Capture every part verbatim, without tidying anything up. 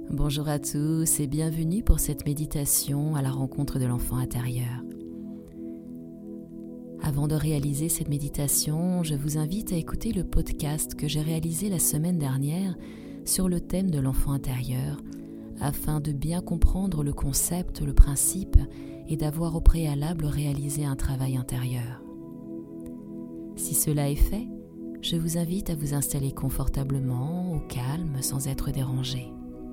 Bonjour à tous et bienvenue pour cette méditation à la rencontre de l'enfant intérieur. Avant de réaliser cette méditation, je vous invite à écouter le podcast que j'ai réalisé la semaine dernière sur le thème de l'enfant intérieur, afin de bien comprendre le concept, le principe et d'avoir au préalable réalisé un travail intérieur. Si cela est fait, je vous invite à vous installer confortablement, au calme, sans être dérangé.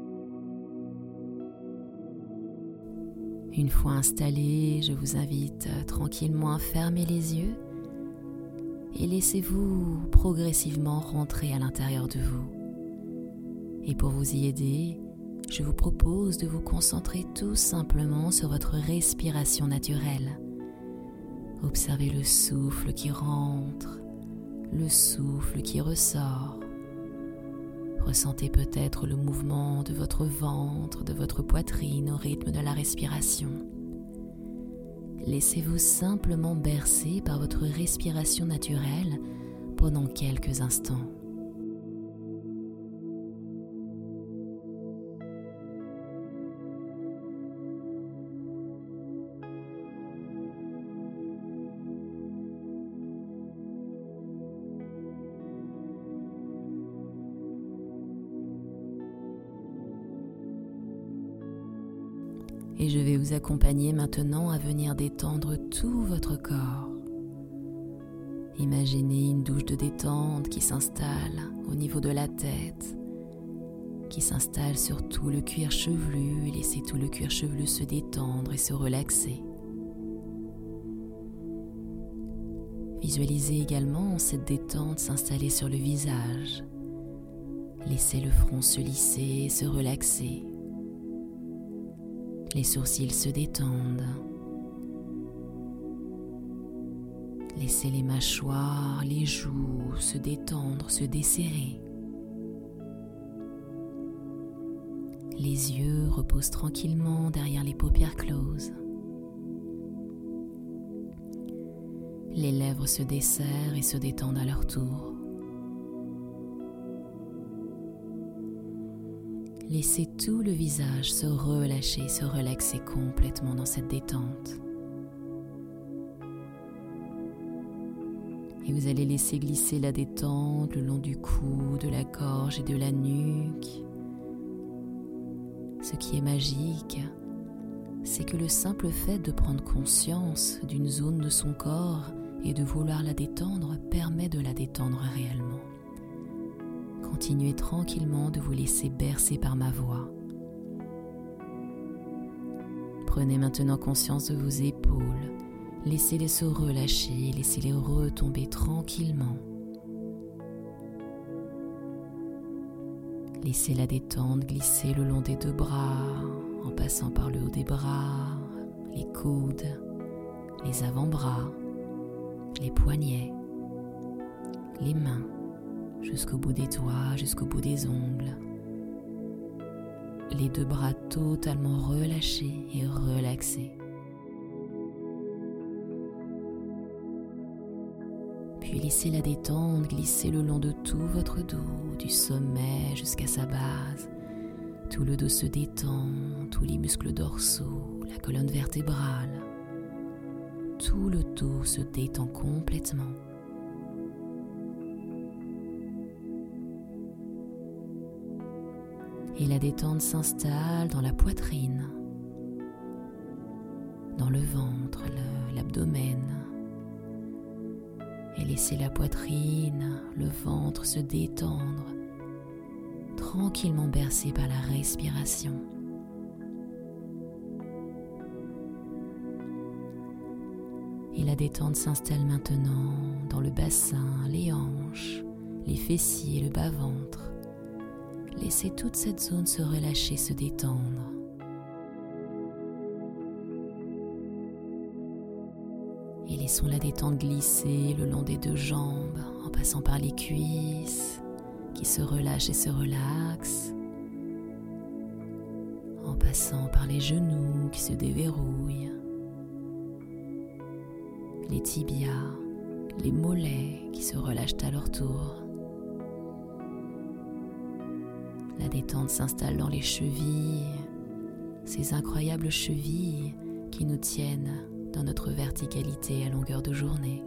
Une fois installé, je vous invite tranquillement à fermer les yeux et laissez-vous progressivement rentrer à l'intérieur de vous. Et pour vous y aider, je vous propose de vous concentrer tout simplement sur votre respiration naturelle. Observez le souffle qui rentre, le souffle qui ressort. Ressentez peut-être le mouvement de votre ventre, de votre poitrine au rythme de la respiration. Laissez-vous simplement bercer par votre respiration naturelle pendant quelques instants. Et je vais vous accompagner maintenant à venir détendre tout votre corps. Imaginez une douche de détente qui s'installe au niveau de la tête, qui s'installe sur tout le cuir chevelu et laissez tout le cuir chevelu se détendre et se relaxer. Visualisez également cette détente s'installer sur le visage. Laissez le front se lisser et se relaxer. Les sourcils se détendent. Laissez les mâchoires, les joues se détendre, se desserrer. Les yeux reposent tranquillement derrière les paupières closes. Les lèvres se desserrent et se détendent à leur tour. Laissez tout le visage se relâcher, se relaxer complètement dans cette détente. Et vous allez laisser glisser la détente le long du cou, de la gorge et de la nuque. Ce qui est magique, c'est que le simple fait de prendre conscience d'une zone de son corps et de vouloir la détendre permet de la détendre réellement. Continuez tranquillement de vous laisser bercer par ma voix. Prenez maintenant conscience de vos épaules. Laissez-les se relâcher, laissez-les retomber tranquillement. Laissez la détente glisser le long des deux bras, en passant par le haut des bras, les coudes, les avant-bras, les poignets, les mains, jusqu'au bout des doigts, jusqu'au bout des ongles. Les deux bras totalement relâchés et relaxés. Puis laissez la détente glisser le long de tout votre dos, du sommet jusqu'à sa base. Tout le dos se détend, tous les muscles dorsaux, la colonne vertébrale. Tout le dos se détend complètement. Et la détente s'installe dans la poitrine, dans le ventre, le, l'abdomen. Et laissez la poitrine, le ventre se détendre, tranquillement bercé par la respiration. Et la détente s'installe maintenant dans le bassin, les hanches, les fessiers, le bas-ventre. Laissez toute cette zone se relâcher, se détendre. Et laissons la détente glisser le long des deux jambes, en passant par les cuisses, qui se relâchent et se relaxent, en passant par les genoux qui se déverrouillent, les tibias, les mollets qui se relâchent à leur tour, La détente s'installe dans les chevilles, ces incroyables chevilles qui nous tiennent dans notre verticalité à longueur de journée.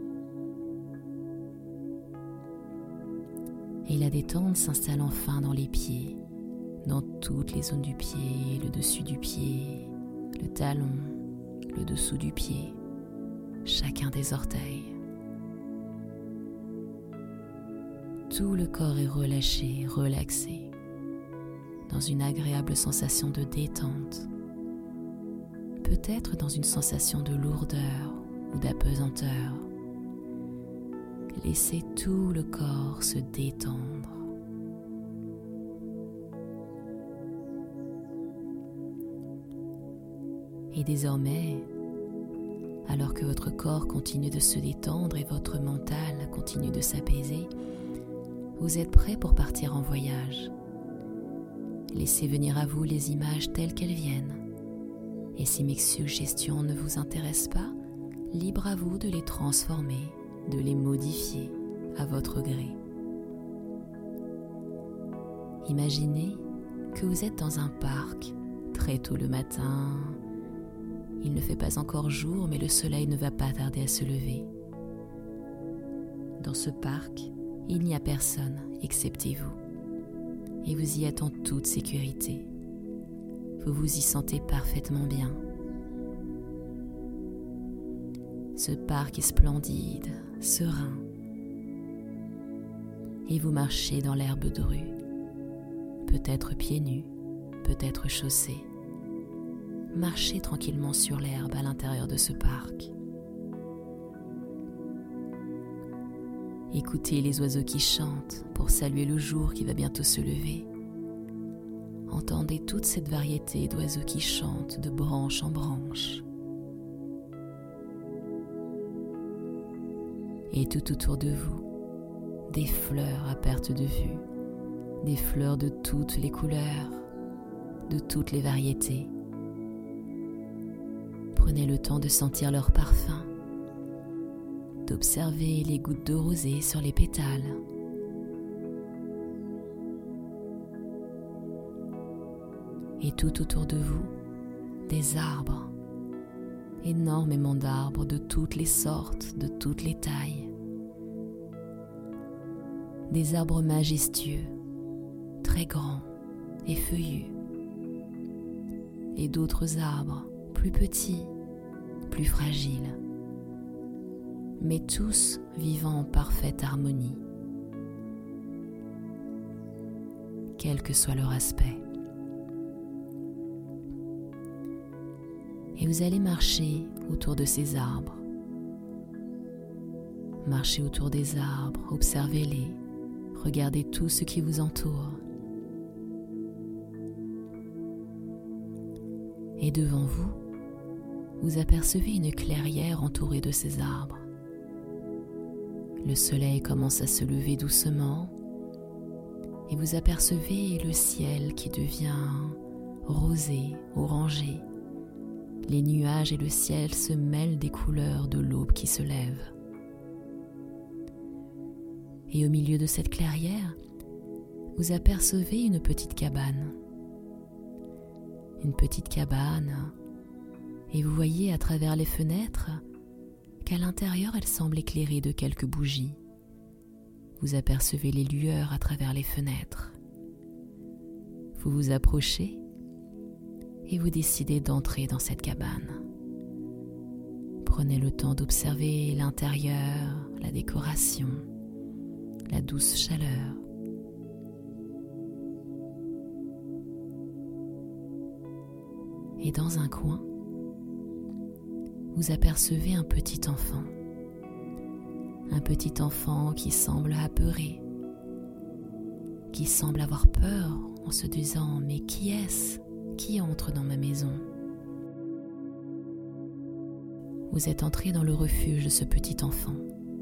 Et la détente s'installe enfin dans les pieds, dans toutes les zones du pied, le dessus du pied, le talon, le dessous du pied, chacun des orteils. Tout le corps est relâché, relaxé, dans une agréable sensation de détente, peut-être dans une sensation de lourdeur ou d'apesanteur. Laissez tout le corps se détendre. Et désormais, alors que votre corps continue de se détendre et votre mental continue de s'apaiser, vous êtes prêt pour partir en voyage. Laissez venir à vous les images telles qu'elles viennent. Et si mes suggestions ne vous intéressent pas, libre à vous de les transformer, de les modifier à votre gré. Imaginez que vous êtes dans un parc, très tôt le matin. Il ne fait pas encore jour, mais le soleil ne va pas tarder à se lever. Dans ce parc, il n'y a personne excepté vous, et vous y êtes en toute sécurité. Vous vous y sentez parfaitement bien. Ce parc est splendide, serein, et vous marchez dans l'herbe de rue, peut-être pieds nus, peut-être chaussés. Marchez tranquillement sur l'herbe à l'intérieur de ce parc. Écoutez les oiseaux qui chantent pour saluer le jour qui va bientôt se lever. Entendez toute cette variété d'oiseaux qui chantent de branche en branche. Et tout autour de vous, des fleurs à perte de vue, des fleurs de toutes les couleurs, de toutes les variétés. Prenez le temps de sentir leur parfum, d'observer les gouttes de rosée sur les pétales. Et tout autour de vous, des arbres, énormément d'arbres de toutes les sortes, de toutes les tailles. Des arbres majestueux, très grands et feuillus. Et d'autres arbres plus petits, plus fragiles, mais tous vivant en parfaite harmonie, quel que soit leur aspect. Et vous allez marcher autour de ces arbres. Marchez autour des arbres, observez-les, regardez tout ce qui vous entoure. Et devant vous, vous apercevez une clairière entourée de ces arbres. Le soleil commence à se lever doucement et vous apercevez le ciel qui devient rosé, orangé. Les nuages et le ciel se mêlent des couleurs de l'aube qui se lève. Et au milieu de cette clairière, vous apercevez une petite cabane. Une petite cabane, et vous voyez à travers les fenêtres qu'à l'intérieur elle semble éclairée de quelques bougies. Vous apercevez les lueurs à travers les fenêtres. Vous vous approchez et vous décidez d'entrer dans cette cabane. Prenez le temps d'observer l'intérieur, la décoration, la douce chaleur. Et dans un coin, vous apercevez un petit enfant. Un petit enfant qui semble apeuré, qui semble avoir peur en se disant « Mais qui est-ce qui entre dans ma maison ?» Vous êtes entré dans le refuge de ce petit enfant.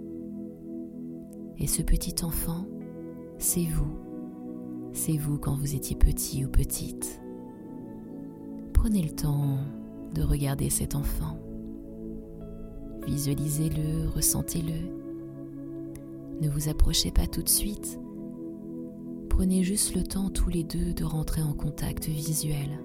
Et ce petit enfant, c'est vous. C'est vous quand vous étiez petit ou petite. Prenez le temps de regarder cet enfant. Visualisez-le, ressentez-le. Ne vous approchez pas tout de suite. prenez juste le temps tous les deux de rentrer en contact visuel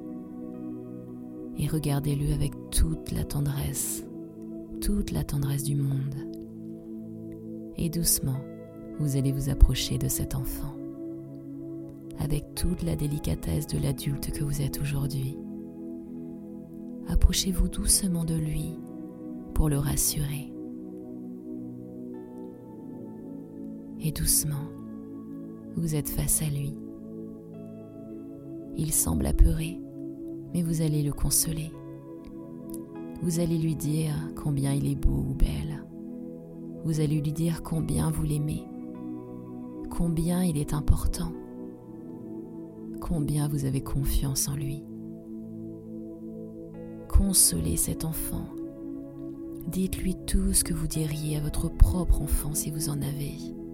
et regardez-le avec toute la tendresse, toute la tendresse du monde. Et doucement, vous allez vous approcher de cet enfant avec toute la délicatesse de l'adulte que vous êtes aujourd'hui. Approchez-vous doucement de lui pour le rassurer. Et doucement, vous êtes face à lui. Il semble apeuré, mais vous allez le consoler. Vous allez lui dire combien il est beau ou belle. Vous allez lui dire combien vous l'aimez, combien il est important, combien vous avez confiance en lui. Consolez cet enfant. Dites-lui tout ce que vous diriez à votre propre enfant si vous en avez.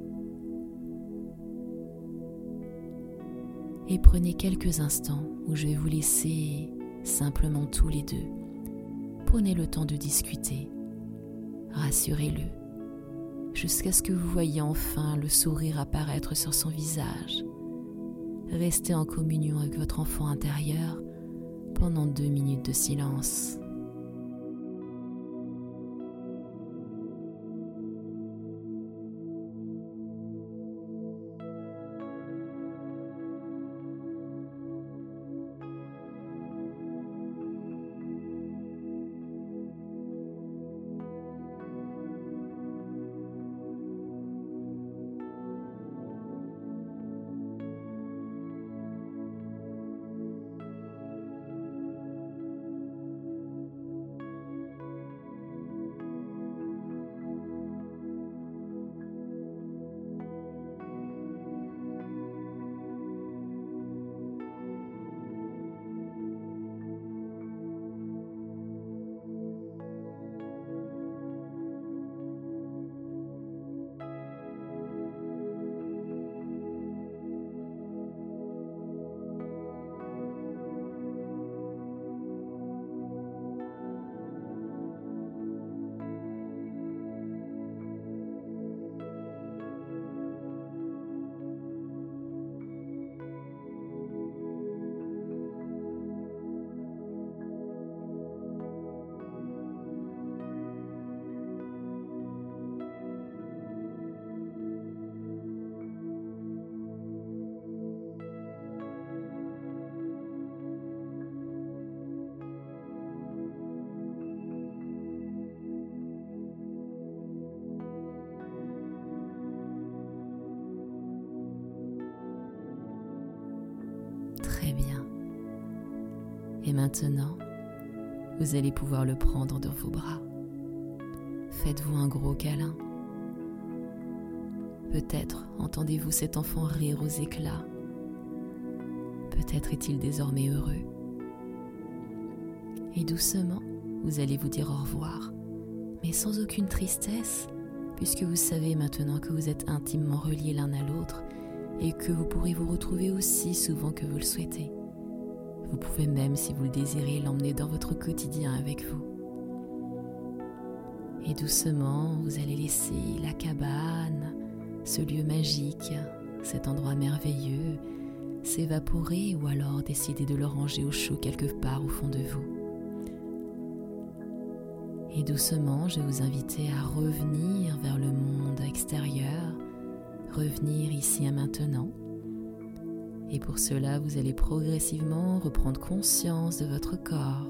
Et prenez quelques instants où je vais vous laisser simplement tous les deux. Prenez le temps de discuter. Rassurez-le, jusqu'à ce que vous voyiez enfin le sourire apparaître sur son visage. Restez en communion avec votre enfant intérieur pendant deux minutes de silence. Très bien. Et maintenant, vous allez pouvoir le prendre dans vos bras. Faites-vous un gros câlin. Peut-être entendez-vous cet enfant rire aux éclats. Peut-être est-il désormais heureux. Et doucement, vous allez vous dire au revoir, mais sans aucune tristesse, puisque vous savez maintenant que vous êtes intimement reliés l'un à l'autre et que vous pourrez vous retrouver aussi souvent que vous le souhaitez. Vous pouvez même, si vous le désirez, l'emmener dans votre quotidien avec vous. Et doucement, vous allez laisser la cabane, ce lieu magique, cet endroit merveilleux, s'évaporer ou alors décider de le ranger au chaud quelque part au fond de vous. Et doucement, je vais vous inviter à revenir vers le monde extérieur, revenir ici et maintenant. Et pour cela, vous allez progressivement reprendre conscience de votre corps.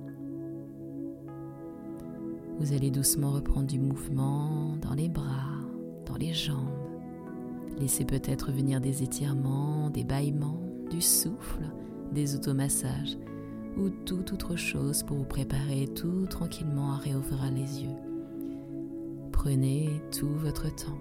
Vous allez doucement reprendre du mouvement dans les bras, dans les jambes. Laissez peut-être venir des étirements, des bâillements, du souffle, des automassages ou toute autre chose pour vous préparer tout tranquillement à réouvrir les yeux. Prenez tout votre temps.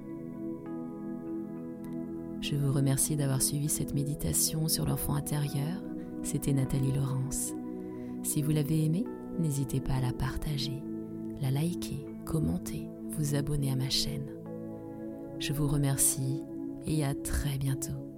Je vous remercie d'avoir suivi cette méditation sur l'enfant intérieur. C'était Nathalie Laurence. Si vous l'avez aimée, n'hésitez pas à la partager, la liker, commenter, vous abonner à ma chaîne. Je vous remercie et à très bientôt.